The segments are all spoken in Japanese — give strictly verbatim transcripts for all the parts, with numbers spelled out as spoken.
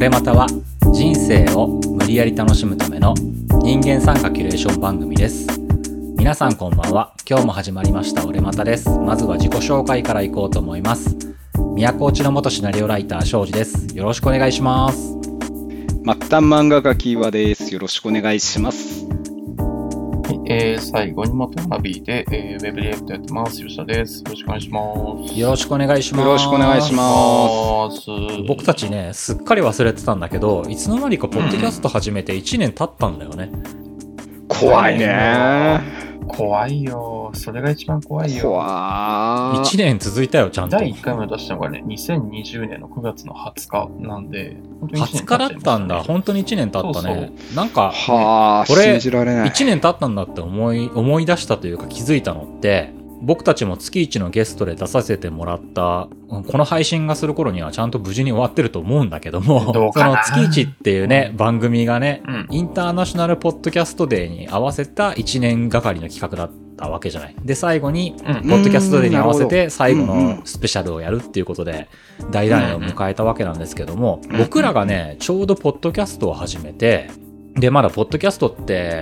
俺または人生を無理やり楽しむための人間参加キュレーション番組です。皆さんこんばんは。今日も始まりました俺またです。まずは自己紹介からいこうと思います。都落ちの元シナリオライター庄司です。よろしくお願いします。 末端漫画家キーワです。よろしくお願いします。 はい、えー、最後に元ナビで、えー、ウェブリエイトやってます。吉田です。よろしくお願いします。 よろしくお願いします。 よろしくお願いします。 僕たちね、すっかり忘れてたんだけど、いつの間にかポッドキャスト始めていちねん経ったんだよね。 うん、怖いね。 怖いよ。それが一番怖いよ。 怖い。いちねん続いたよ、ちゃんと。 だいいっかいめ出したのがね、にせんにじゅうねんのくがつのはつかなんで、 本当にいちねん経っちゃいましたね。はつかだったんだ。本当にいちねん経ったね。そうそう、なんか、 はぁ、信じられない。 いちねん経ったんだって思い、思い出したというか気づいたのって、僕たちも月いちのゲストで出させてもらったこの配信がする頃にはちゃんと無事に終わってると思うんだけども、 どうかな。 その月いちっていうね、うん、番組がね、 うん、 インターナショナルポッドキャストデーに合わせたいちねんがかりの企画だったわけじゃない。で最後に、うん、ポッドキャストデーに合わせて最後のスペシャルをやるっていうことで大団円を迎えたわけなんですけども、うん、僕らがねちょうどポッドキャストを始めて、で、まだポッドキャストって、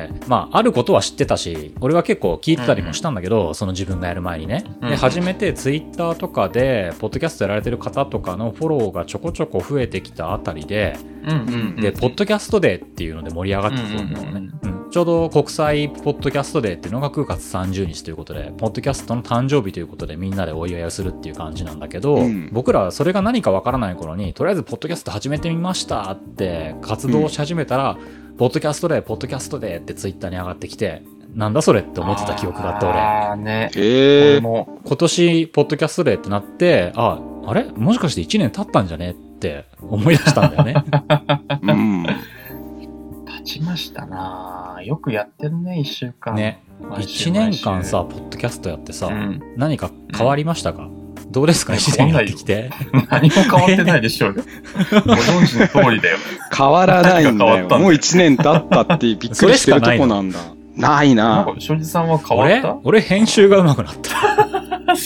まあ、あることは知ってたし、俺は結構聞いてたりもしたんだけど、うん、その自分がやる前にね。で、初めてツイッターとかで、ポッドキャストやられてる方とかのフォローがちょこちょこ増えてきたあたりで、で、ポッドキャストデーっていうので盛り上がってたと思うのね。うん、ちょうど国際ポッドキャストデーっていうのがくがつさんじゅうにちということで、ポッドキャストの誕生日ということでみんなでお祝いをするっていう感じなんだけど、うん、僕らはそれが何かわからない頃に、とりあえずポッドキャスト始めてみましたって活動し始めたら、うんポッドキャストでポッドキャストでってツイッターに上がってきて、なんだそれって思ってた記憶があって俺。 あーね。 えー、 も今年ポッドキャストでってなって、あ、あれもしかしていちねん経ったんじゃねって思い出したんだよね。 うん。 経ちましたな。よくやってるね、いっしゅうかん。 ね。いちねんかんさ、ポッドキャストやってさ、うん、何か変わりましたか？うんどうですかいちねんやってきて。 何も変わってないでしょうよ。ご存知の通りだよ。 変わらないんだよ。もういちねん経ったってびっくりしてるとこなんだ。ないな。 なんか、庄司さんは変わった？ 俺、俺編集が上手くなった。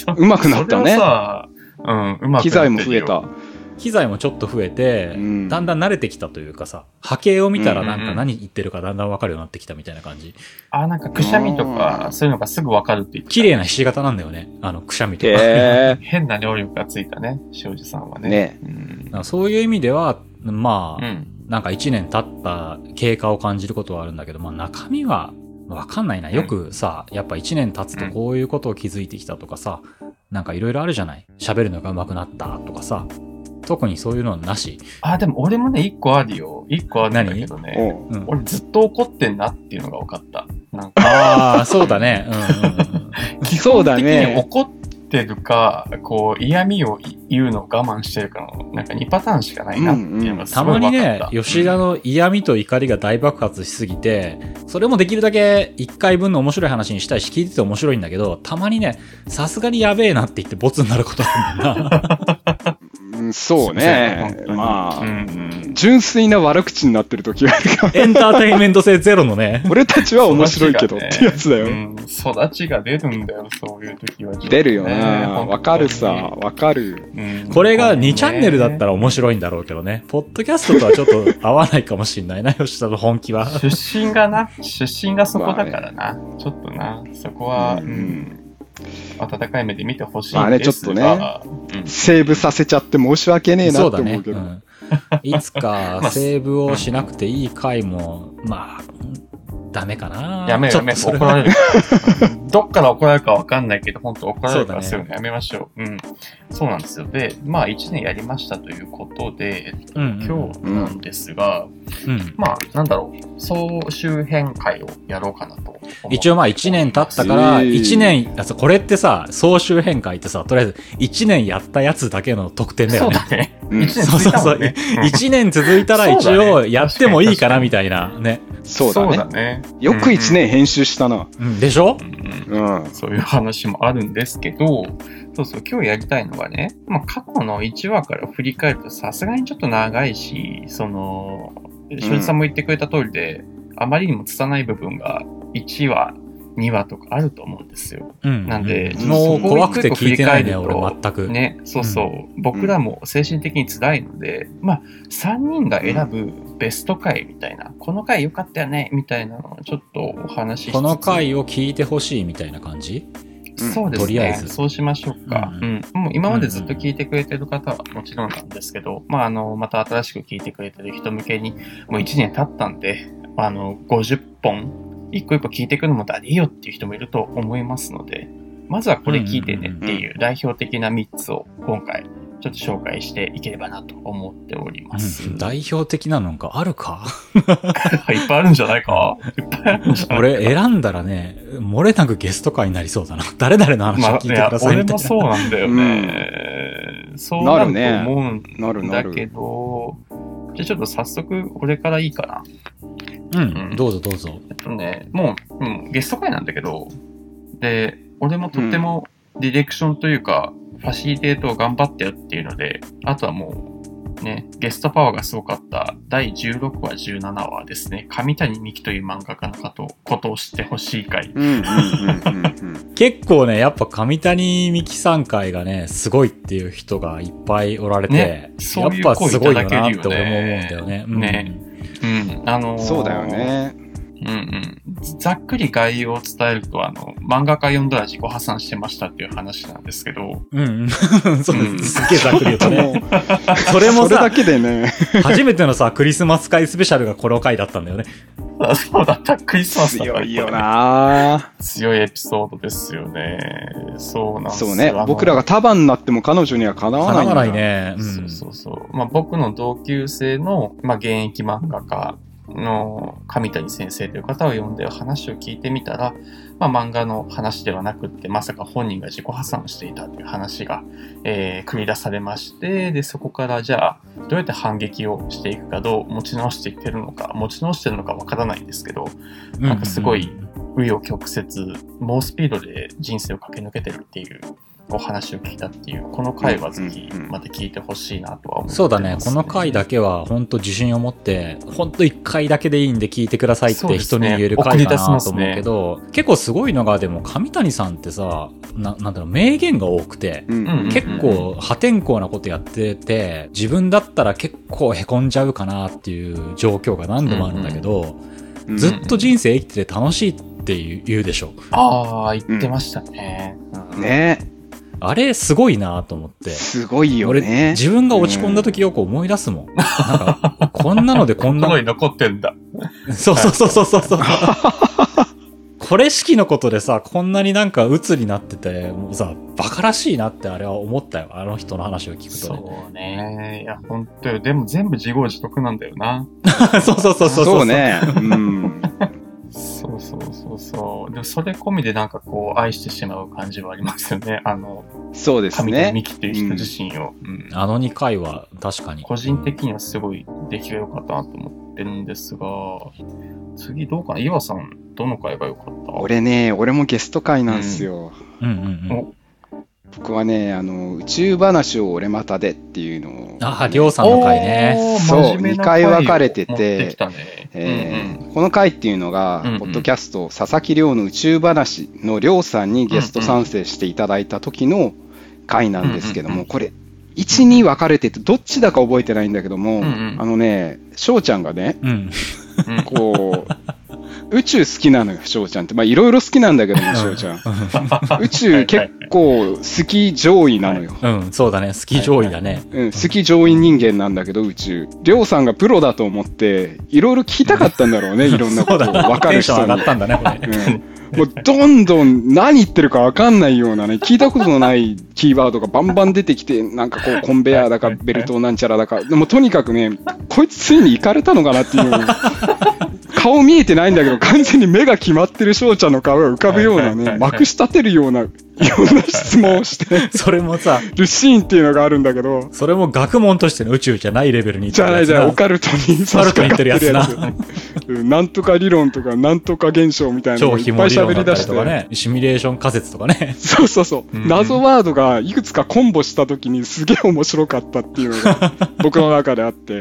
上手くなったね。 さ、うん、上手くなった。 機材も増えた。 機材もちょっと増えて、うん、だんだん慣れてきたというかさ、波形を見たらなんか何言ってるかだんだん分かるようになってきたみたいな感じ。 あ、なんかくしゃみとか、そういうのがすぐ分かるって言ってた。 綺麗なひし形なんだよね。あの、くしゃみとか。 へ変な能力がついたね、庄司さんはね。 ね、 うん、そういう意味では、まあ、うん、なんかいちねん経った経過を感じることはあるんだけど、まあ中身は分かんないな。よくさ、やっぱいちねん経つとこういうことを気づいてきたとかさ、なんかいろいろあるじゃない。喋るのが上手くなったとかさ。特にそういうのはなし。 あ、でも俺もね、一個あるよ。一個あるんだけどね。うん、俺ずっと怒ってんなっていうのが分かった。なんかああ、そうだね。うんうんうん、そうだね。 怒ってるか、こう、嫌味を言うのを我慢してるかの、なんかにパターンしかないなっていうのがすごい分かった。 たまにね、吉田の嫌味と怒りが大爆発しすぎて、それもできるだけいっかいぶんの面白い話にしたいし、聞いてて面白いんだけど、たまにね、さすがにやべえなって言ってボツになることあるんだな。 そうね。まあ、うんうん、純粋な悪口になってる時があるかも。 エンターテインメント性ゼロのね。 俺たちは面白いけどってやつだよ。 うん、育ちが出るんだよ、そういう時は、ね。 出るよな。わかるさ、わかる、 うん。これがにチャンネルだったら面白いんだろうけどね。ポッドキャストとはちょっと合わないかもしんないな、吉田の本気は。 出身がな、出身がそこだからな。ね、ちょっとな、そこは、うん、うん温かい目で見てほしいんですが、まあね、ちょっとね、 うん、セーブさせちゃって申し訳ねえなって思うけど。 ねうん、いつかセーブをしなくていい回も、まあ、ダメかな。 やめよやめよ、怒られる。どっから怒られるかわかんないけど、本当怒られるからすぐやめましょう。うね、うん。そうなんですよ。で、まあいちねんやりましたということで、うんうん、今日なんですが、うん、まあなんだろう、総集編会をやろうかなと。 一応まあいちねん経ったから、いちねん、これってさ、総集編会ってさ、とりあえずいちねんやったやつだけの特典だよね。 そうだね。 いちねん続いたもんね。いちねん続いたら一応やってもいいかなみたいなね。 そうだね。そうだね。よくいちねん編集したな。 うん、でしょ、 うん、うん。そういう話もあるんですけど、そうそう、今日やりたいのがね、まあ過去のいちわから振り返るとさすがにちょっと長いし、その、庄司さんも言ってくれた通りで、うん、あまりにも拙い部分がいちわにわとかあると思うんですよ。 うん、 なんで、 うん、もう怖くて聞いてないね、俺全く。 ね、そうそう、うん。僕らも精神的に辛いので、まあ、さんにんが選ぶベスト回みたいな、この回良かったよね、みたいなのをちょっとお話ししつつ。 この回を聞いてほしいみたいな感じ？ そうですね。とりあえず。そうしましょうか。うん。うん、もう今までずっと聞いてくれてる方はもちろんなんですけど、まあ、あの、また新しく聞いてくれてる人向けに、もういちねん経ったんで、あの、ごじゅっぽん、一個一個聞いてくるのもだりーよっていう人もいると思いますので、まずはこれ聞いてねっていう代表的なみっつを今回、ちょっと紹介していければなと思っております。 うん、代表的なのがあるかいっぱいあるんじゃないかいっぱいあるんじゃないか俺選んだらね、漏れなくゲスト会になりそうだな。誰々の話を聞いてくださいみたいな。 まあ、俺もそうなんだよね。うん、そうなると思うんだけど、じゃあちょっと早速俺からいいかな。うん、うん、どうぞどうぞ。 えっとね、もう、うん、ゲスト会なんだけど、で、俺もとってもディレクションというか、うんファシリテートを頑張ってよっていうので、あとはもう、ね、ゲストパワーがすごかっただいじゅうろくわ、じゅうななわですね、上谷美希という漫画家のことを知ってほしい回。 結構ね、やっぱ上谷美希さん回がね、すごいっていう人がいっぱいおられて、ね、 そういうやっぱすごいよなって俺も思うんだよね。 ね、うん、うん、あのー、 そうだよね。 うんうん。ざっくり概要を伝えると、あの、漫画家読んだら自己破産してましたっていう話なんですけど。 うんうん。そうです。すっげえざっくり言うとね。それもさ、 それだけでね。 初めてのさ、クリスマス会スペシャルがこの回だったんだよね。 あ、そうだった。クリスマスだった。 強いよな強いエピソードですよね。そうなんですよ。 そうね。僕らが束になっても彼女にはかなわないんだ。 かなわないね。 うん、そうそうそう。まあ僕の同級生の、まあ現役漫画家、の上谷先生という方を呼んで話を聞いてみたら、まあ、漫画の話ではなくってまさか本人が自己破産していたという話が、えー、繰り出されまして、でそこからじゃあどうやって反撃をしていくか、どう持ち直していってるのか持ち直してるのかわからないんですけど、なんかすごい紆余曲折猛スピードで人生を駆け抜けてるっていうお話を聞いたっていう、この回はぜひまた聞いてほしいなとは思ってます、ね、 そうだね。この回だけは本当自信を持って、本当一回だけでいいんで聞いてくださいって人に言える回かなと思うけど、ね、結構すごいのが、でも上谷さんってさ、な、なんだろう、名言が多くて、うん、結構破天荒なことやってて、自分だったら結構凹んじゃうかなっていう状況が何度もあるんだけど、うんうん、ずっと人生生きてて楽しいって言うでしょ。 ああ、言ってましたね。 うん、ねあれすごいなと思って。 すごいよね。 俺自分が落ち込んだ時よく思い出すもん。うん、なんかこんなのでこんな。 心に残ってんだ。 そうそうそうそうそう。これ式のことでさ、こんなになんか鬱になってて、もうさ、バカらしいなってあれは思ったよ。あの人の話を聞くとね。 そうね。いや、ほんとよ。でも全部自業自得なんだよな。 そうそうそうそう。 そうね。うん。 そうそうそうそう。でもそれ込みでなんかこう愛してしまう感じはありますよね。あの、 そうですね。 上谷美希っていう人自身を、 うんうん。あのにかいは確かに。 個人的にはすごい出来が良かったなと思ってるんですが、次どうかな。岩さん、どの回が良かった？ 俺ね、俺もゲスト回なんですよ。 うん、うんうんうん。 僕はね、あの、宇宙話を俺またでっていうのを、ね。 ああ、りょうさんの回ね。 そう、にかい分かれてて、 てねえーうんうん、この回っていうのが、うんうん、ポッドキャスト、佐々木亮の宇宙話の亮さんにゲスト参戦していただいた時の回なんですけども、うんうん、これ、いち、に分かれてて、どっちだか覚えてないんだけども、うんうん、あのね、翔ちゃんがね、うん、こう、宇宙好きなのよ、翔ちゃんって。まあ、いろいろ好きなんだけども、翔ちゃん。宇宙結構好き上位なのよ。 うん、そうだね。好き上位だね。 うん、好き上位人間なんだけど、宇宙。りょうさんがプロだと思って、いろいろ聞きたかったんだろうね、いろんなことを分かる人に。 テンション上がったんだね、これ。 うんもうどんどん何言ってるか分かんないようなね、聞いたことのないキーワードがバンバン出てきて、なんかこうコンベヤーだかベルトなんちゃらだか、でもとにかくね、こいつついに行かれたのかなっていう顔見えてないんだけど、完全に目が決まってる翔ちゃんの顔が浮かぶようなね、まくし立てるようないろんな質問をしてそれもさるシーンっていうのがあるんだけど、 それも学問としての宇宙じゃないレベルにじゃないじゃない、オカルトに差し掛かってるやつななんとか理論とかなんとか現象みたいなのをいっぱい喋り出して、 ね、シミュレーション仮説とかねそうそうそう、うん、謎ワードがいくつかコンボした時にすげえ面白かったっていうのが僕の中であって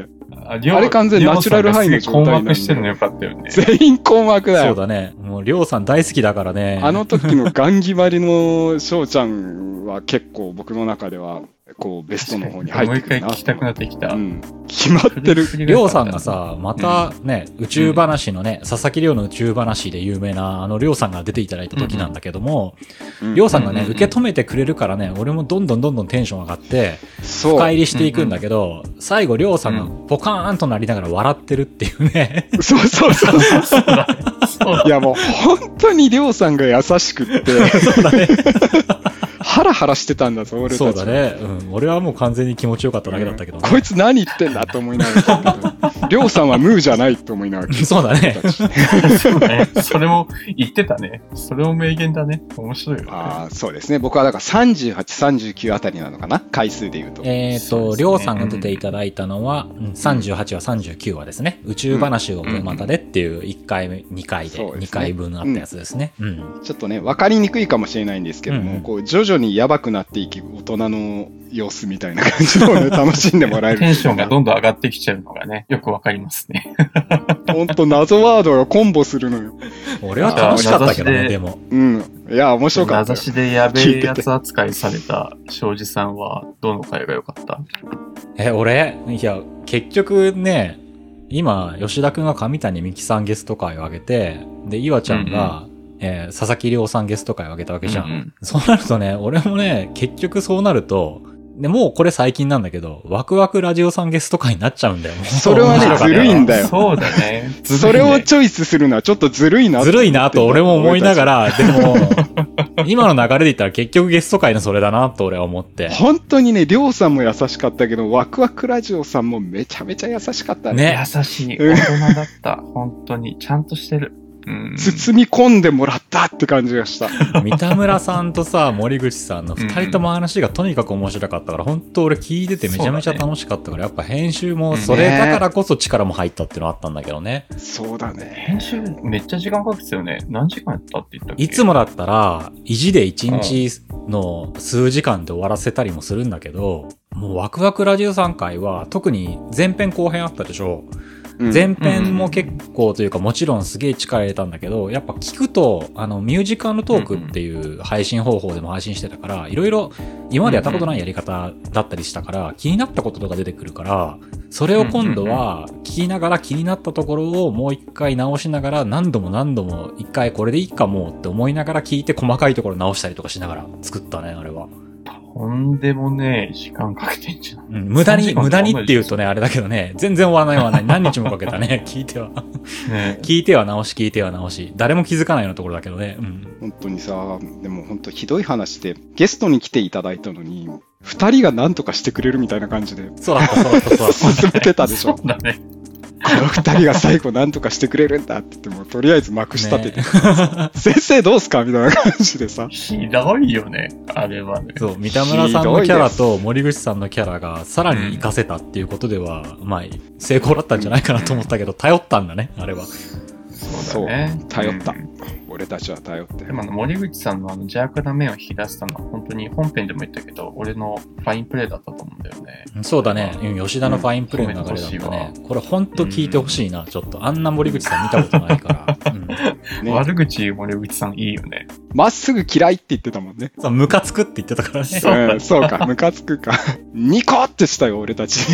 あ、 あれ完全ナチュラルハイの状態なんで。 困惑してるのよかったよね。 全員困惑だよ。 そうだね。もう、りょうさん大好きだからね。 あの時のガンギバリの翔ちゃんは結構僕の中では、こう、ベストの方に入ってくるな。 もう一回聞きたくなってきた。 うん。決まってる。 りょうさんがさ、またね、うん、宇宙話のね、佐々木りょうの宇宙話で有名な、あの、りょうさんが出ていただいた時なんだけども、りょうさんがね、受け止めてくれるからね、俺もどんどんどんどんテンション上がって、深入りしていくんだけど、うんうん、最後りょうさんがポカーンとなりながら笑ってるっていうね。 そうそうそうそう。いやもう本当にりょうさんが優しくって。そうだね。ハラハラしてたんだぞ、俺たち。 そうだね。うん。俺はもう完全に気持ちよかっただけだったけど、ねうん、こいつ何言ってんだと思いながら。りょうさんはムーじゃないと思いながら。 そうだね。 そうね。それも言ってたね。それも名言だね。面白いよね。 ああ、そうですね。僕はだからさんじゅうはち、さんじゅうきゅうあたりなのかな、回数で言うと。 えっと、りょうさんが出ていただいたのは、うん、さんじゅうはち話さんじゅうきゅう話ですね。宇宙話をまたでっていういっかいめ、にかいで、にかいぶんあったやつですね。うん。 ちょっとね、わかりにくいかもしれないんですけども、こう、徐々にやばくなっていき、大人の様子みたいな感じのね、楽しんでもらえる。 テンションがどんどん上がってきちゃうのがね、よくわかりますね。 ほんと謎ワードがコンボするのよ。 俺は楽しかったけどね、でも。 うん。いや、面白かった。 名指しでやべえやつ扱いされた庄司さんは、どの回が良かった？ え、俺いや、結局ね、今、吉田くんが上谷美紀さんゲスト会を上げて、で、岩ちゃんが、うんうん、えー、佐々木亮さんゲスト会を上げたわけじゃん。うんうん、そうなるとね、俺もね、結局そうなると、で、もうこれ最近なんだけど、ワクワクラジオさんゲスト会になっちゃうんだよ。 それはね、ずるいんだよ。 そうだね。 それをチョイスするのはちょっとずるいな。 ずるいなと俺も思いながら、でも、今の流れで言ったら結局ゲスト会のそれだなと俺は思って。 本当にね、りょうさんも優しかったけど、ワクワクラジオさんもめちゃめちゃ優しかったね。 ね。優しい。大人だった。本当に。ちゃんとしてる。 包み込んでもらったって感じがした。 三田村さんとさ、森口さんの二人とも話がとにかく面白かったから、本当俺聞いててめちゃめちゃ楽しかったから、やっぱ編集もそれだからこそ力も入ったっていうのはあったんだけどね。 そうだね。 編集めっちゃ時間かけてたよね。何時間やったって言ったっけ？ いつもだったら、意地で一日の数時間で終わらせたりもするんだけど、もうワクワクラジオさん回は特に前編後編あったでしょ。前編も結構というかもちろんすげえ力入れたんだけど、やっぱ聞くと、あの、ミュージカルトークっていう配信方法でも配信してたから、いろいろ今までやったことないやり方だったりしたから、気になったこととか出てくるから、それを今度は聞きながら気になったところをもう一回直しながら、何度も何度も一回これでいいかもって思いながら聞いて細かいところ直したりとかしながら作ったね、あれは。 とんでもねえ時間かけてんじゃん。 うん、無駄に、無駄にって言うとね、あれだけどね、全然終わらない終わらない。何日もかけたね、聞いては。ね、聞いては直し、聞いては直し。誰も気づかないようなところだけどね。うん、 本当にさ、でも本当ひどい話で、ゲストに来ていただいたのに、二人が何とかしてくれるみたいな感じで。 そうだった、そうだった、そうだった。 進めてたでしょ。 そうだね。 この二人が最後何とかしてくれるんだって言っても、とりあえずまくし立てて、ね、先生どうすかみたいな感じでさ。 ひどいよね、あれはね。 そう、三田村さんのキャラと森口さんのキャラがさらに活かせたっていうことでは、うん、まあ、成功だったんじゃないかなと思ったけど、頼ったんだね、あれは。 そうだね。 頼った。 うん、 俺たちは頼って。 でもあの森口さんのあの邪悪な面を引き出したのは本当に本編でも言ったけど、俺のファインプレーだったと思うんだよね。 そうだね。吉田のファインプレーの流れだったね。うん、これ本当聞いてほしいな、うん、ちょっと。あんな森口さん見たことないから。うんね、悪口言う森口さんいいよね。 まっすぐ嫌いって言ってたもんね。 そう、ムカつくって言ってたからね。 そう、うん、そうか、ムカつくか。ニコってしたよ、俺たち。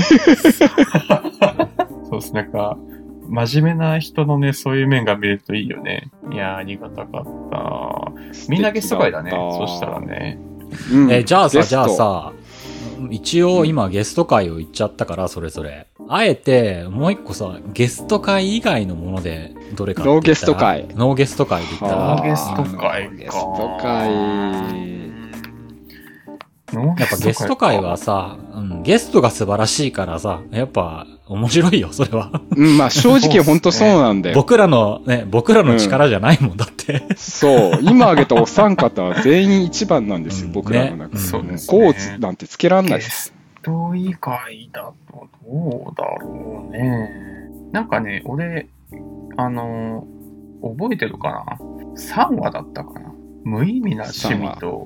そうです、なんか、真面目な人のね、そういう面が見れるといいよね。いやー、ありがたかった。みんなゲスト会だね。そしたらね。 うん、え、じゃあさ、じゃあさ、一応今ゲスト会を言っちゃったから、それぞれ。あえて、もう一個さ、ゲスト会以外のもので、どれかって言ったら。ノーゲスト会。ノーゲスト会で言ったら。 ノーゲスト会か。 ゲスト会。 やっぱゲスト会はさ、うん、ゲストが素晴らしいからさ、やっぱ面白いよ、それは。 うん、まあ正直本当そうなんだよ。 僕らのね、僕らの力じゃないもんだって。 うん、そう、今挙げたお三方は全員一番なんですよ、うん、僕らの中で。そうですね。コーツなんてつけらんないです。 ゲスト以外だとどうだろうね。なんかね、俺、あの、覚えてるかな ?さん 話だったかな。無意味な趣味と、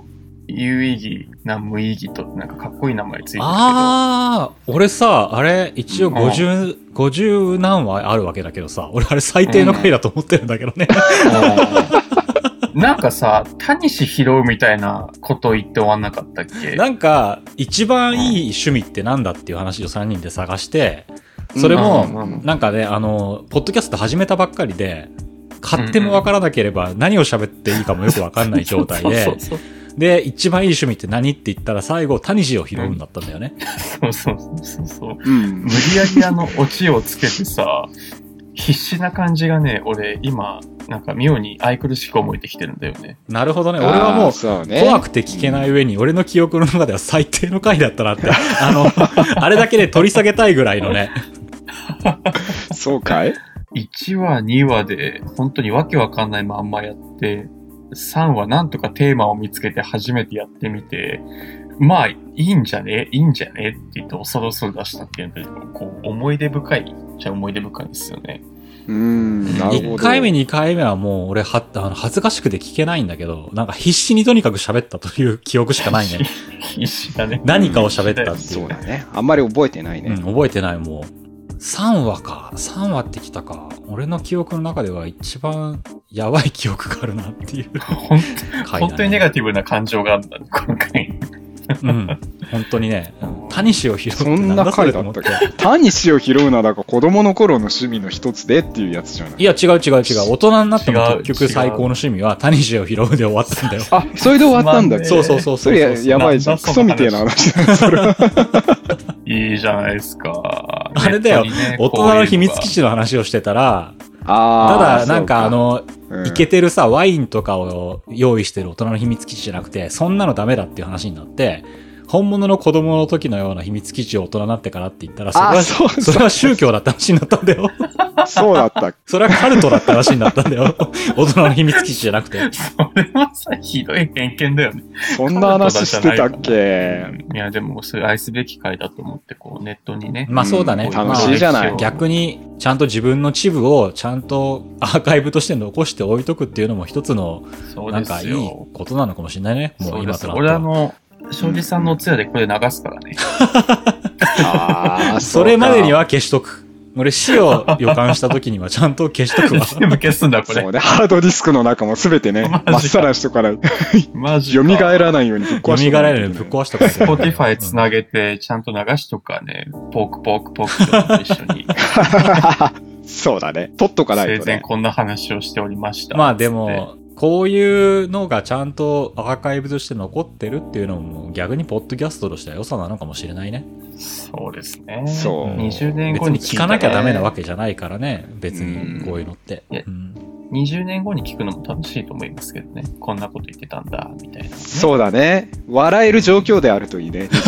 有意義な無意義となんかかっこいい名前ついてるけど。 ああ、俺さ、あれ、一応ごじゅう、ごじゅう何話あるわけだけどさ、俺あれ最低の回だと思ってるんだけどね。 うん、なんかさ、タニシ拾うみたいなこと言って終わんなかったっけ？ なんか、一番いい趣味ってなんだっていう話をさんにんで探して、それも、なんかね、あの、ポッドキャスト始めたばっかりで、勝手もわからなければ何を喋っていいかもよくわかんない状態で、そうそうそうで、一番いい趣味って何って言ったら最後、タニシを拾うんだったんだよね。 そうそうそうそう。うん、無理やりあの、オチをつけてさ、必死な感じがね、俺今、なんか妙に愛くるしく思えてきてるんだよね。 なるほどね。俺はもう、ね、怖くて聞けない上に、俺の記憶の中では最低の回だったなって、あの、あれだけで取り下げたいぐらいのね。 そうかい？ いちわ、にわで、本当にわけわかんないまんまやって、さんわなんとかテーマを見つけて初めてやってみて、まあ、いいんじゃねいいんじゃねって言って恐る恐る出したっていうので、こう、思い出深いじゃ思い出深いですよね。 うーん、なるほど。 いっかいめ、にかいめはもう俺は、あの恥ずかしくて聞けないんだけど、なんか必死にとにかく喋ったという記憶しかないね。 必死だね。 何かを喋ったっていう。 そうだね。あんまり覚えてないね。 うん、覚えてないもう。さんわか。さんわってきたか。俺の記憶の中では一番やばい記憶があるなっていう。 本当、本当にネガティブな感情があるんだね、今回。 うん。本当にね、タニシを拾うってなんだそれと思ったけど。タニシを拾うのはなんか子供の頃の趣味の一つでっていうやつじゃない？ いや違う違う違う。大人になっても結局最高の趣味はタニシを拾うで終わったんだよ。 あ、それで終わったんだ。 そうそうそうそう。 それやばいじゃん。クソみたいな話だよ、それは。 いいじゃないですか。 あれだよ、ね、大人の秘密基地の話をしてたら、あただなんかあの、うん、イケてるさ、ワインとかを用意してる大人の秘密基地じゃなくて、そんなのダメだっていう話になって、本物の子供の時のような秘密基地を大人になってからって言ったら、それは、そそれは宗教だった話になったんだよ。 そうだった。 それはカルトだった話になったんだよ。大人の秘密基地じゃなくて。 それはさ、ひどい偏見だよね。 そんな話してたっけ？ いや、でも、それ愛すべき回だと思って、こう、ネットにね。 まあそうだね。 楽しいじゃない。 逆に、ちゃんと自分のチブをちゃんとアーカイブとして残しておいとくっていうのも一つの、なんかいいことなのかもしれないね。もう今となっては。 俺あの、庄司さんのお通夜でこれ流すからね。 ああ、 それまでには消しとく。俺死を予感した時にはちゃんと消しとくわ。 全部消すんだ、これ。 そうね、ハードディスクの中もすべてね、まっさらしとかない。 マジか。蘇らないようにぶっ壊しとかない。 蘇らないようにぶっ壊しとかない。 Spotify つなげて、ちゃんと流しとくからね、ポークポークポークと一緒に。 そうだね。撮っとかないとね。 生前こんな話をしておりました。 まあでも、こういうのがちゃんとアーカイブとして残ってるっていうのも逆にポッドキャストとしては良さなのかもしれないね。 そうですね。 そう。 にじゅうねんごに聞かなきゃダメなわけじゃないからね。別にこういうのって。 うん、にじゅうねんごに聞くのも楽しいと思いますけどね。こんなこと言ってたんだ、みたいな、ね。 そうだね。笑える状況であるといいね。 そう。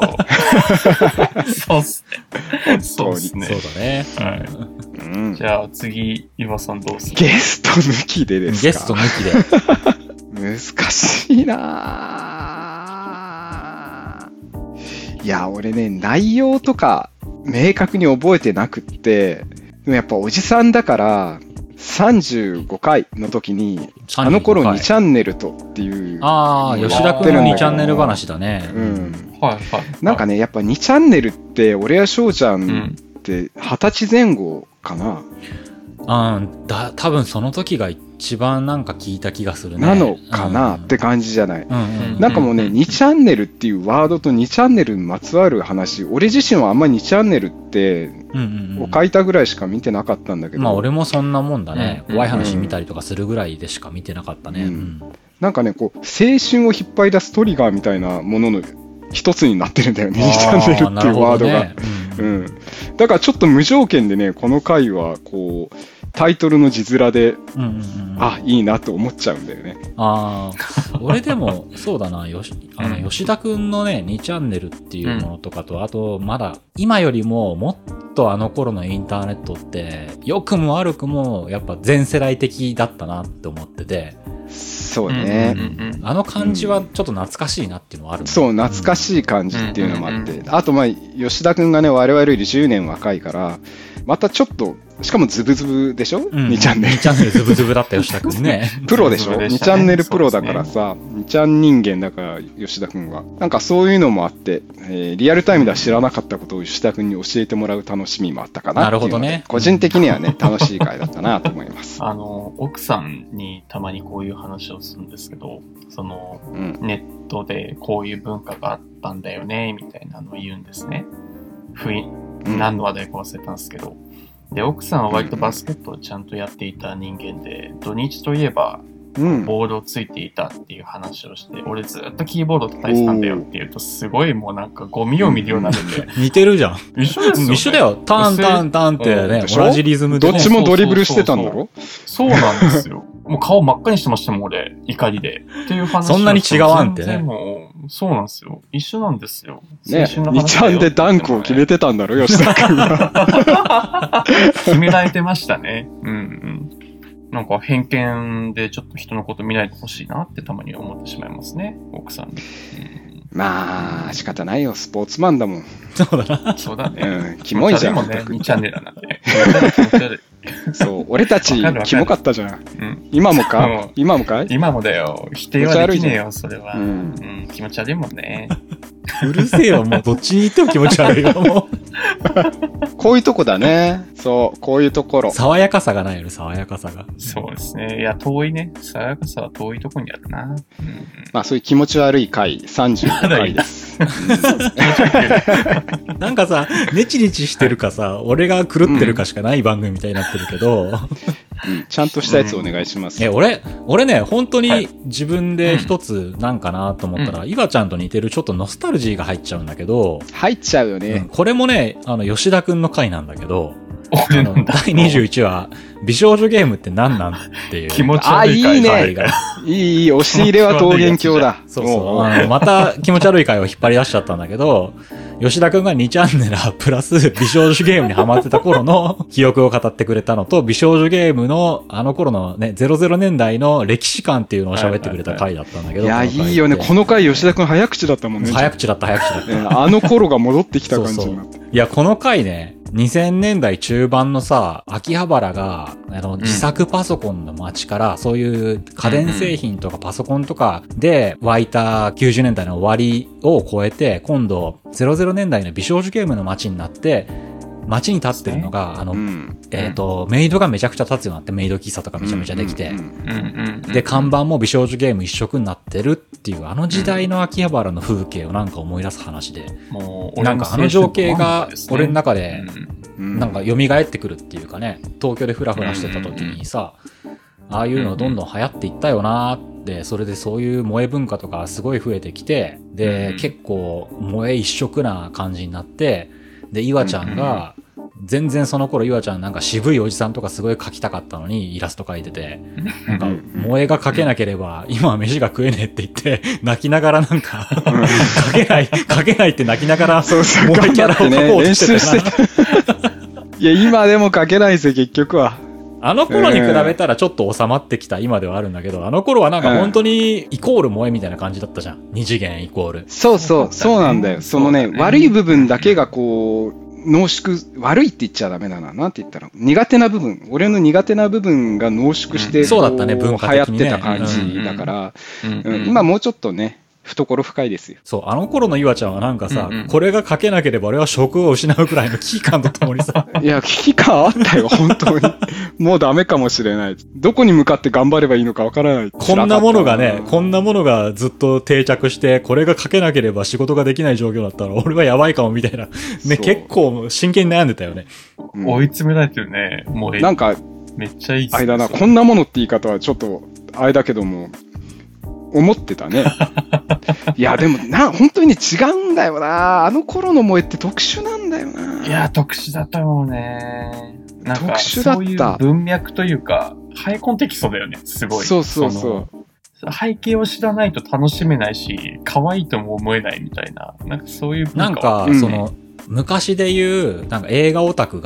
そうっすね。そうっすね。 そうだね。 はい。うん、じゃあ次、岩さんどうする？ ゲスト抜きでですか？ ゲスト抜きで。難しいなぁ。いや、俺ね、内容とか明確に覚えてなくって、でもやっぱおじさんだから、さんじゅうごかいの時に、あの頃にチャンネルとっていう。 ああ、吉田くんのにチャンネル話だね。 うん。 はいはい。 なんかね、やっぱにチャンネルって、俺や翔ちゃんってはたちぜん後かな。 うん、だ、多分その時が一番なんか聞いた気がするね。 なのかな、うん、って感じじゃない。 うんうん、 なんかもうね、にチャンネルっていうワードとにチャンネルにまつわる話、俺自身はあんまりにチャンネルってを書いたぐらいしか見てなかったんだけど。 まあ俺もそんそんなもんだね。うん、怖い話見たりとかするぐらいでしか見てなかったね。うんうん、 なんかね、こう、青春を引っ張り出すトリガーみたいなものの一つになってるんだよね、にチャンネルっていうワードが。ね、うん、うん。だからちょっと無条件でね、この回はこう、タイトルの字面で、うんうんうん、あ、いいなと思っちゃうんだよね。 ああ、俺でも、そうだな、よし、あの、吉田くんのね、にチャンネルっていうものとかと、うん、あと、まだ、今よりも、もっとあの頃のインターネットって、良くも悪くも、やっぱ全世代的だったなって思ってて。 そうね、うんうんうん。あの感じはちょっと懐かしいなっていうのはある、ね、 そう、懐かしい感じっていうのもあって。うんうんうん、あと、まあ、吉田くんがね、我々よりじゅうねん若いから、 またちょっと、しかもズブズブでしょ、うん、にチャンネル。 にチャンネルズブズブだった吉田くんね。 プロでしょ、ね、にチャンネルプロだからさ、ね、にチャン人間だから吉田くんは。なんかそういうのもあって、えー、リアルタイムでは知らなかったことを吉田くんに教えてもらう楽しみもあったかなっていうので。なるほどね。個人的にはね、楽しい回だったなと思います。 あの、奥さんにたまにこういう話をするんですけど、その、うん、ネットでこういう文化があったんだよね、みたいなのを言うんですね。ふい、何の話題か忘れたんですけど。で、奥さんは割とバスケットをちゃんとやっていた人間で、土日といえば、ボールをついていたっていう話をして、うん、俺ずっとキーボード叩いてたんだよって言うと、すごいもうなんかゴミを見るようになるんで。 似てるじゃん。 一緒ですよ、ね。 一緒だよ。タンタンタンってね、同じリズムで、 ね。どっちもドリブルしてたんだろ？ そうなんですよ。もう顔真っ赤にしてましたもん、俺。怒りで。っていう話を。 そんなに違わんってね。 もうそうなんですよ。一緒なんですよ。 ね、にちゃんでダンクを決めてたんだろ、吉田君は。 決められてましたね。うんうん。なんか偏見でちょっと人のこと見ないでほしいなってたまに思ってしまいますね、奥さんに。 うん、まあ、仕方ないよ、スポーツマンだもん。 そうだな。 そうだね。 うん、キモいじゃん。 もね、にチャンネルなんで。 そう、俺たち、キモかったじゃん。うん、今もか、うん、今もかい今もだよ。否定はできねえよ、それは、うん。うん。気持ち悪いもんね。 うるせえよ、もうどっちに行っても気持ち悪いよ、もう。 こういうとこだね。そう、こういうところ。 爽やかさがないよね、爽やかさが。 そうですね。いや、遠いね。爽やかさは遠いとこにあるな。うん、 まあ、そういう気持ち悪い回、さんじゅうごかいです。 なんかさ、ネチネチしてるかさ、俺が狂ってるかしかない番組みたいになってるけど、うんうん、ちゃんとしたやつお願いします。 え、俺、俺ね、本当に自分で一つなんかなと思ったら、うん、岩ちゃんと似てるちょっとノスタルジーが入っちゃうんだけど、 入っちゃうよね。うん、 これもね、あの、吉田くんの回なんだけど、あのだいにじゅういちわ、美少女ゲームって何なんっていう。 気持ち悪い回が。 あ、いいね。いい、いい、押し入れは桃源郷だ。 そうそう。あのまた気持ち悪い回を引っ張り出しちゃったんだけど、吉田くんがにチャンネルプラス美少女ゲームにハマってた頃の記憶を語ってくれたのと、美少女ゲームのあの頃のね、ゼロゼロねんだいの歴史観っていうのを喋ってくれた回だったんだけど。 いや、いいよね。この回吉田くん早口だったもんね。 早口だった、早口だった。 あの頃が戻ってきた感じになって。 そうそう。いや、この回ね、にせんねんだい中盤のさ、秋葉原が、あの、自作パソコンの街から、うん、そういう家電製品とかパソコンとかで湧いたきゅうじゅうねんだいの終わりを超えて、今度、ゼロゼロねんだいの美少女ゲームの街になって、街に立ってるのが、あの、うん、えっと、メイドがめちゃくちゃ立つようになって、メイド喫茶とかめちゃめちゃできて、で、看板も美少女ゲーム一色になってるっていう、あの時代の秋葉原の風景をなんか思い出す話で、もうなんかあの情景が俺の中で、なんか蘇ってくるっていうかね、東京でフラフラしてた時にさ、ああいうのどんどん流行っていったよなーって、それでそういう萌え文化とかすごい増えてきて、で、結構萌え一色な感じになって、で、岩ちゃんが、全然その頃岩ちゃんなんか渋いおじさんとかすごい描きたかったのにイラスト描いてて、なんか萌えが描けなければ今は飯が食えねえって言って泣きながらなんか描けない描けないって泣きながら萌えキャラを描こうとしてたな。 いや今でも描けないですよ結局は。 あの頃に比べたらちょっと収まってきた今ではあるんだけど、あの頃はなんか本当にイコール萌えみたいな感じだったじゃん。二次元イコール。 そうそう、そうなんだよ。そのね、悪い部分だけがこう、濃縮、悪いって言っちゃダメだな。なんて言ったら、苦手な部分、俺の苦手な部分が濃縮して、うん、 そうだったね、文化的にね。 流行ってた感じだから、今もうちょっとね、懐深いですよ。 そう、あの頃の岩ちゃんはなんかさ、うんうん、これが書けなければ俺は職を失うくらいの危機感とともにさ。 いや、危機感あったよ、本当に。もうダメかもしれない。どこに向かって頑張ればいいのかわからない。 こんなものがね、こんなものがずっと定着して、これが書けなければ仕事ができない状況だったら、俺はやばいかもみたいな。ね、結構真剣に悩んでたよね。 うん、追い詰められてるね、もう。 なんか、 めっちゃいいっすね。あれだな、こんなものって言い方はちょっと、あれだけども、思ってたね。いや、でもな、本当にね、違うんだよな。あの頃の萌えって特殊なんだよな。 いや、特殊だと思うね。なんか、特殊だった。そういう文脈というか、ハイコンテキストだよね、すごい。 そうそうそう。 背景を知らないと楽しめないし、可愛いとも思えないみたいな、なんかそういう文化。 なんか、その、昔で言う、なんか映画オタクが、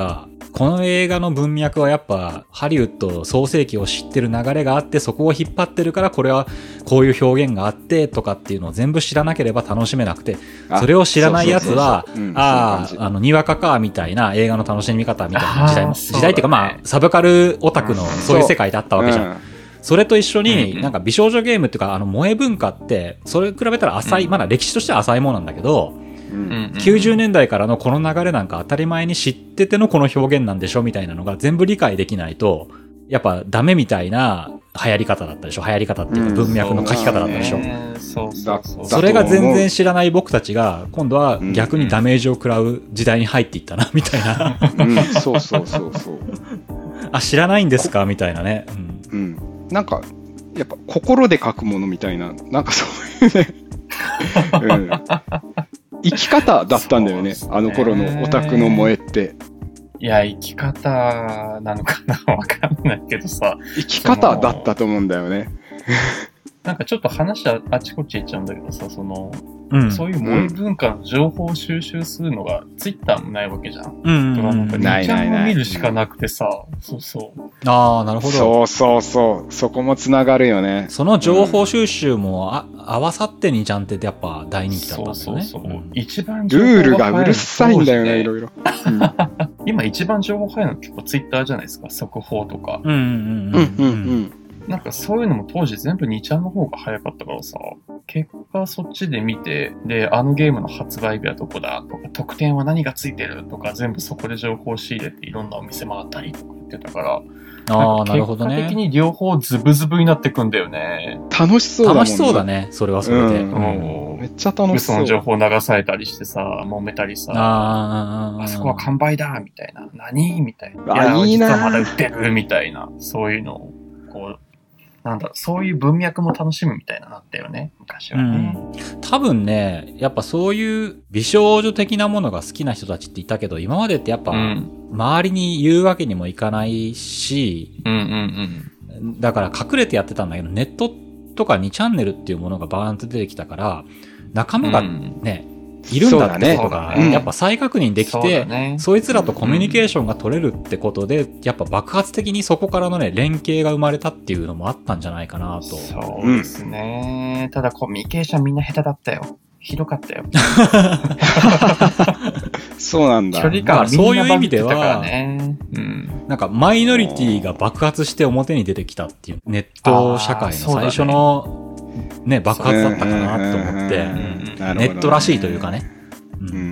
この映画の文脈はやっぱハリウッド創世記を知ってる流れがあって、そこを引っ張ってるから、これはこういう表現があってとかっていうのを全部知らなければ楽しめなくて、それを知らないやつは、ああ、あの、にわかかみたいな映画の楽しみ方みたいな時代も、時代っていうかまあ、サブカルオタクのそういう世界だったわけじゃん。それと一緒に、なんか美少女ゲームっていうか、あの、萌え文化って、それ比べたら浅い、まだ歴史としては浅いものなんだけど、きゅうじゅうねんだいからのこの流れなんか当たり前に知っててのこの表現なんでしょみたいなのが全部理解できないと、やっぱダメみたいな流行り方だったでしょ。流行り方っていうか文脈の書き方だったでしょ。うん、そうそうそう。それが全然知らない僕たちが、今度は逆にダメージを食らう時代に入っていったな、みたいな。 うん、そうそうそうそう。 あ、知らないんですかみたいなね。 うん。うん、なんか、やっぱ心で書くものみたいな、なんかそういうね。うん生き方だったんだよ ね, ねあの頃のオタクの萌えって。 いや、生き方なのかなわかんないけどさ。 生き方だったと思うんだよね。 なんかちょっと話ああちこち行っちゃうんだけどさ、その、うん、そういう萌え文化の情報を収集するのが、ツイッターもないわけじゃん。うん。だからなんか、にちゃんを見るしかなくてさ、そうそう。 ああ、なるほど。 そうそうそう。そこもつながるよね。 その情報収集もあ、合わさってにちゃんってやっぱ大人気だったんだよね。そうそうそう。うん、 一番情報がルールがうるさいんだよね、いろいろ。うん、 今一番情報入るの結構ツイッターじゃないですか、速報とか。 うんうんうん。うんうんうん。 なんかそういうのも当時全部にちゃんの方が早かったからさ、結果そっちで見て、で、あのゲームの発売日はどこだとか、特典は何がついてるとか、全部そこで情報を仕入れていろんなお店回ったりとか言ってたから、 ああ、なるほどね。 結果的に両方ズブズブになってくんだよね。 楽しそうだもんね。 楽しそうだね、それはそれで。うんうん、めっちゃ楽しそう。 嘘の情報流されたりしてさ、揉めたりさ、あ, あそこは完売だみたいな、何みたいな。 あ、いいな。 実はまだ売ってるみたいな、そういうのを、こう、なんだろう、そういう文脈も楽しむみたいななったよね、昔はね。 うん、多分ね、やっぱそういう美少女的なものが好きな人たちっていたけど、今までってやっぱ、周りに言うわけにもいかないし、 うんうんうん、だから隠れてやってたんだけど、ネットとかにチャンネルっていうものがバーンと出てきたから、仲間がね、うんいるんだってことが、ね、やっぱ再確認できて、そ, ね、そいつらとコミュニケーションが取れるってことで、うん、やっぱ爆発的にそこからのね、連携が生まれたっていうのもあったんじゃないかなと。 そうですね。うん、ただコミュニケーションみんな下手だったよ。ひどかったよ。 そうなんだ。 距離感そういう意味では、ねうん、なんかマイノリティが爆発して表に出てきたっていう、ネット社会の最初の、ね、爆発だったかなと思って、ネットらしいというかね。うんうんうんうん、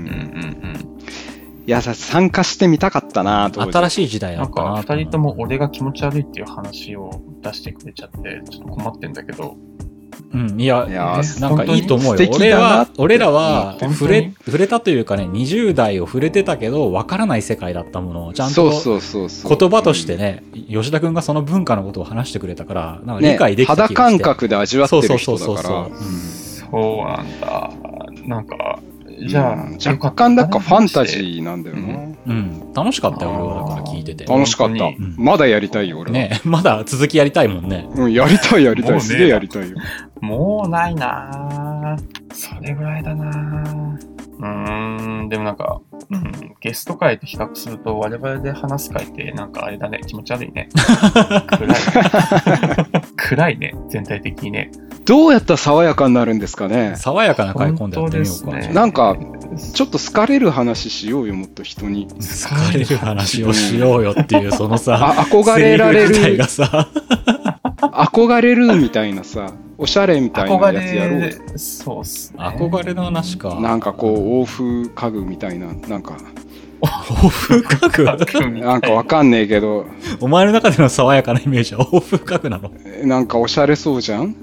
いや、参加してみたかったなと。 新しい時代だったな。 なんか二人とも俺が気持ち悪いっていう話を出してくれちゃって、ちょっと困ってんだけど。 うん、いや、いやなんかいいと思うよ。俺は、俺らは触れ、触れたというかね、にじゅう代を触れてたけど、わからない世界だったものを、ちゃんと言葉としてね、吉田くんがその文化のことを話してくれたから、なんか理解できた気がして、ね、 肌感覚で味わってる人だから。 そうなんだ。なんか、じゃあ、うん、 若干だからファンタジーなんだよね。 うん。うん、楽しかったよ、俺はだから聞いてて。 楽しかった。うん、まだやりたいよ、俺は。 ねまだ続きやりたいもんね。 うん、やりたい、やりたい。すげえやりたいよ。 もうないなぁ。それぐらいだなぁ。うーん、でもなんか、うん、ゲスト会と比較すると我々で話す会ってなんかあれだね、気持ち悪いね。暗い。暗いね、全体的にね。 どうやったら爽やかになるんですかね。 爽やかな回今度やってみようか。 ね、なんか、ちょっと好かれる話しようよ、もっと人に。 好かれる話をしようよっていう、そのさ、 あ憧れられる。 セリフ自体がさ憧れるみたいなさ、おしゃれみたいなやつやろうよ。 そうっすね。 憧れの話か。 なんかこう、欧風家具みたいな、なんか。 欧風家具なんかわかんねえけど。 お前の中での爽やかなイメージは欧風家具なの？ なんかおしゃれそうじゃん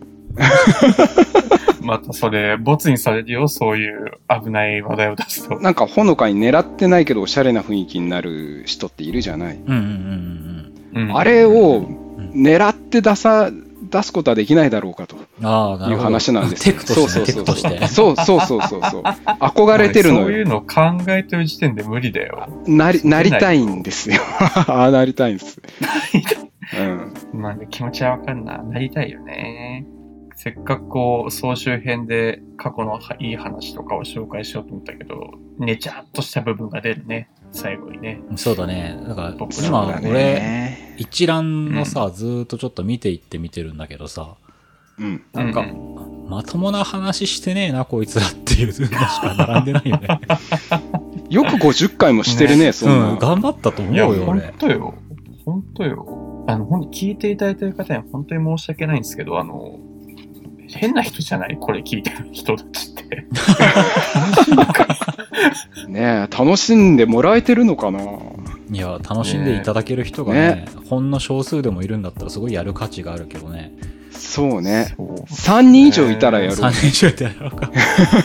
またそれ、ボツにされるよ、そういう危ない話題を出すと。 なんかほのかに狙ってないけどおしゃれな雰囲気になる人っているじゃない。 うんうんうんうん、あれを狙って出さ、出すことはできないだろうかという話なんですよ。 テクとして。テクとして。 そうそうそうそうそう。憧れてるのよ。 そういうのを考えてる時点で無理だよ。 なり、なりたいんですよ。ああ、なりたいんです。 うん。まあ、気持ちはわかんな。なりたいよね。せっかくこう、総集編で過去のいい話とかを紹介しようと思ったけど、ねちゃっとした部分が出るね。 最後にね。 そうだね。だから僕今、 そうだね俺、一覧のさ、ずーっとちょっと見ていって見てるんだけどさ、 うん。 なんか、 うんまともな話してねえな、こいつらっていうのしか並んでないよね。 よくごじゅっかいもしてるね、 ねそんな。 うん、頑張ったと思ういや、 よ、 本俺。 当よ。本当よ。あの、ほん聞いていただいてる方には本当に申し訳ないんですけど、あの、変な人じゃないこれ聞いてる人たちって。 ねえ、楽しんでもらえてるのかな。 いや、楽しんでいただける人がね、ほんの少数でもいるんだったらすごいやる価値があるけどね。 そうね。 そうさんにん以上いたらやろう。 さんにん以上いたらやろうか。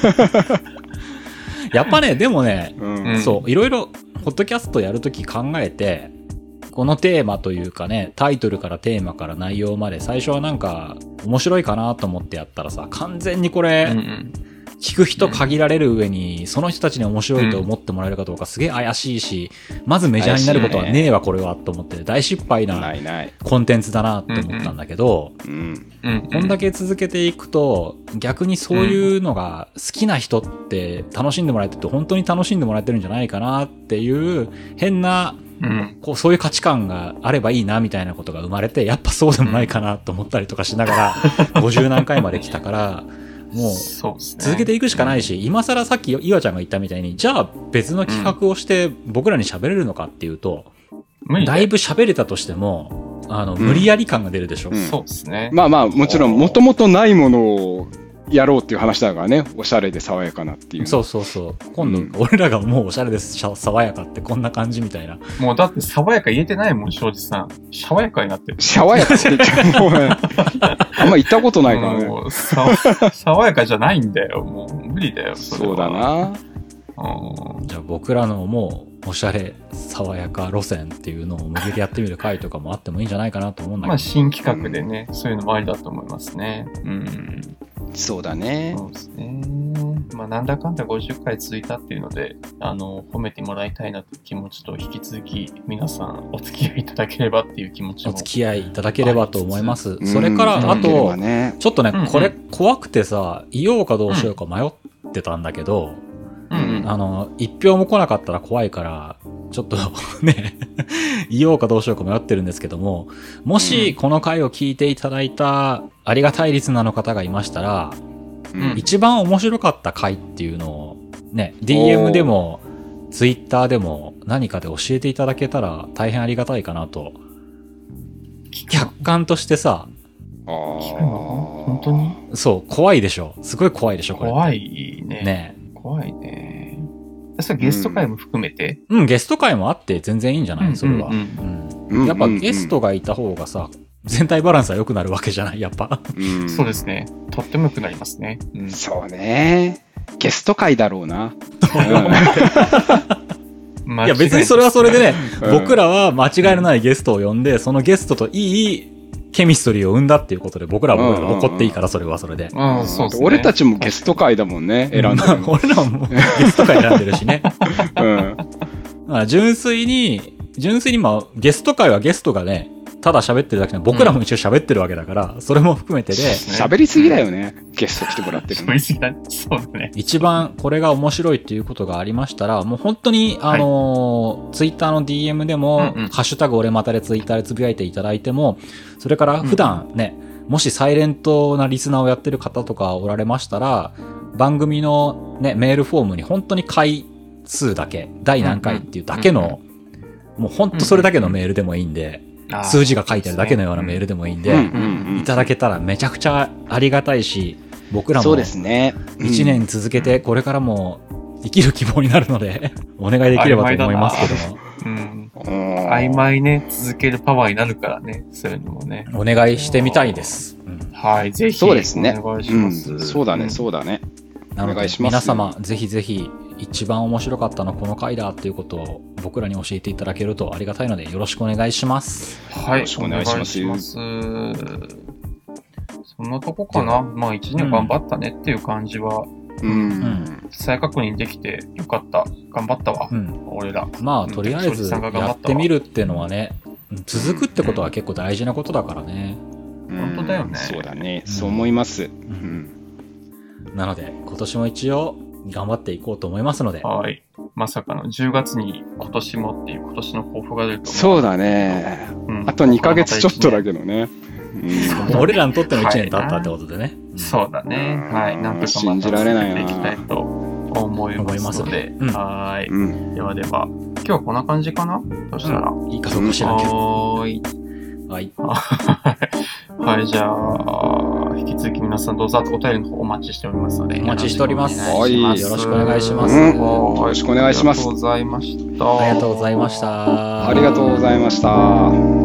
やっぱね、でもね、 うん。 そう、いろいろ、ポッドキャストやるとき考えて、このテーマというかね、タイトルからテーマから内容まで、最初はなんか、面白いかなと思ってやったらさ、完全にこれ、 うんうん聞く人限られる上に、その人たちに面白いと思ってもらえるかどうかすげえ怪しいし、まずメジャーになることはねえわ、これは、と思って大失敗なないない。 コンテンツだなって思ったんだけど、 うん。 うん。 こんだけ続けていくと、逆にそういうのが好きな人って楽しんでもらえてて、本当に楽しんでもらえてるんじゃないかなっていう変な、 うん。 こうそういう価値観があればいいなみたいなことが生まれて、やっぱそうでもないかなと思ったりとかしながら、ごじゅう何回まで来たから、もうそうですね。 続けていくしかないし、今更さっき岩ちゃんが言ったみたいに、じゃあ別の企画をして僕らに喋れるのかっていうと、 無理だよだいぶ喋れたとしても、あの、無理やり感が出るでしょ。 うんそうですね。 まあまあ、もちろん、もともとないものをやろうっていう話だからね。おしゃれで爽やかなっていう。 そうそうそう。今度、 うん俺らがもうおしゃれです、しゃ爽やかってこんな感じみたいな。 もうだって爽やか言えてないもん、庄司さん。爽やかになってる。 爽やかって言ってもう、あんま行ったことないからね。 もうさ爽やかじゃないんだよ。もう無理だよ。それはそうだ。な。 うん。 じゃあ僕らのもうおしゃれ、爽やか路線っていうのを無理でやってみる回とかもあってもいいんじゃないかなと思うんだまあけど。 新企画でね、そういうのもありだと思いますね。うん。 そうだね。 そうですね。まあなんだかんだごじゅっかい続いたっていうので、あの、褒めてもらいたいなという気持ちと、引き続き皆さんお付き合いいただければっていう気持ちも。 お付き合いいただければと思います。 うんそれから、あいただければと、 ね、 ちょっとね、 うんうんこれ怖くてさ、言おうかどうしようか迷ってたんだけど、 うんうん。 あの、一票も来なかったら怖いから、ちょっとね、言おうかどうしようか迷ってるんですけども、もしこの回を聞いていただいたありがたいリスナーの方がいましたら、 うん一番面白かった回っていうのをね、ディーエム でも、ツイッターでも何かで教えていただけたら大変ありがたいかなと。客観としてさ、 あ聞くの本当にそう、怖いでしょ。すごい怖いでしょ、これ。 怖いね。 ね怖いね。それゲスト会も含めて、 うん、ゲスト会もあって全然いいんじゃない、それは。 うんうんうんうんやっぱゲストがいた方がさ、全体バランスは良くなるわけじゃない、やっぱ。 うんそうですね。とっても良くなりますね。うん、 そうね。ゲスト会だろうな。 間違いや別にそれはそれでね、 うん僕らは間違いのないゲストを呼んで、そのゲストといいケミストリーを生んだっていうことで、僕らは僕らが怒っていいから、それはそれで。 うん、そうですね。 俺たちもゲスト会だもんね、選んでるの。 俺らもゲスト会選んでるしね。 うん。 だから純粋に、純粋にまあ、ゲスト会はゲストがね、ただ喋ってるだけで、僕らも一応喋ってるわけだから、それも含めてで、 喋りすぎだよね、ゲスト来てもらってるの。 喋りすぎだね。そうだね。 一番これが面白いっていうことがありましたら、もう本当に、あのー、ツイッターの ディーエム でも、 うんうんハッシュタグ俺またでツイッターでつぶやいていただいても、それから普段ね、もしサイレントなリスナーをやってる方とかおられましたら、番組のね、メールフォームに本当に回数だけ、第何回っていうだけの、もう本当それだけのメールでもいいんで、 あー数字が書いてあるだけのようなメールでもいいんで、 うんうんうんいただけたらめちゃくちゃありがたいし、僕らもそうですね。 一年続けてこれからも生きる希望になるので、お願いできればと思いますけども、 うん。 うん。 曖昧ね、続けるパワーになるからね、そういうのもね。 お願いしてみたいです。うんはい、ぜひ。 そうですね。 お願いしうます。 ん。そうだね、 うそうだね。 なのでお願いします皆様ぜひぜひ一番面白かったのはこの回だっていうことを僕らに教えていただけるとありがたいのでよろしくお願いします。 ん。はい、 よろしくお願いしますお願いしますそんなとこかな。まあ一年頑張ったねっていう感じは、 う。 うんん。 再確認できてよかった。頑張ったわ。 うん。 俺ら。 まあうんとりあえずやってみるっていうのはね、続くってことは結構大事なことだからね。 本当だよねそうだね。そう思います。ううんん。 なので今年も一応頑張っていこうと思いますので。 はい。まさかのじゅうがつに今年もっていう今年の抱負が出ると思う。 そうだね。うん、あとにかげつちょっとだけどね。 うん、俺らにとってもいちねん経ったってことでね。 うん、そうだね。はい。なんとか信じられないな。 いきたいと思いますので。うん、はい、うん。ではでは、今日はこんな感じかな？そしたら。 うん、いいかそうかしらんけど。 はーい。 はい。 はい、じゃあ、引き続き皆さんどうぞお便りの方お待ちしておりますので。 お待ちしております。 はい。 よろしくお願いします。 うん、よろしくお願いします。 ありがとうございました。 ありがとうございました。 ありがとうございました。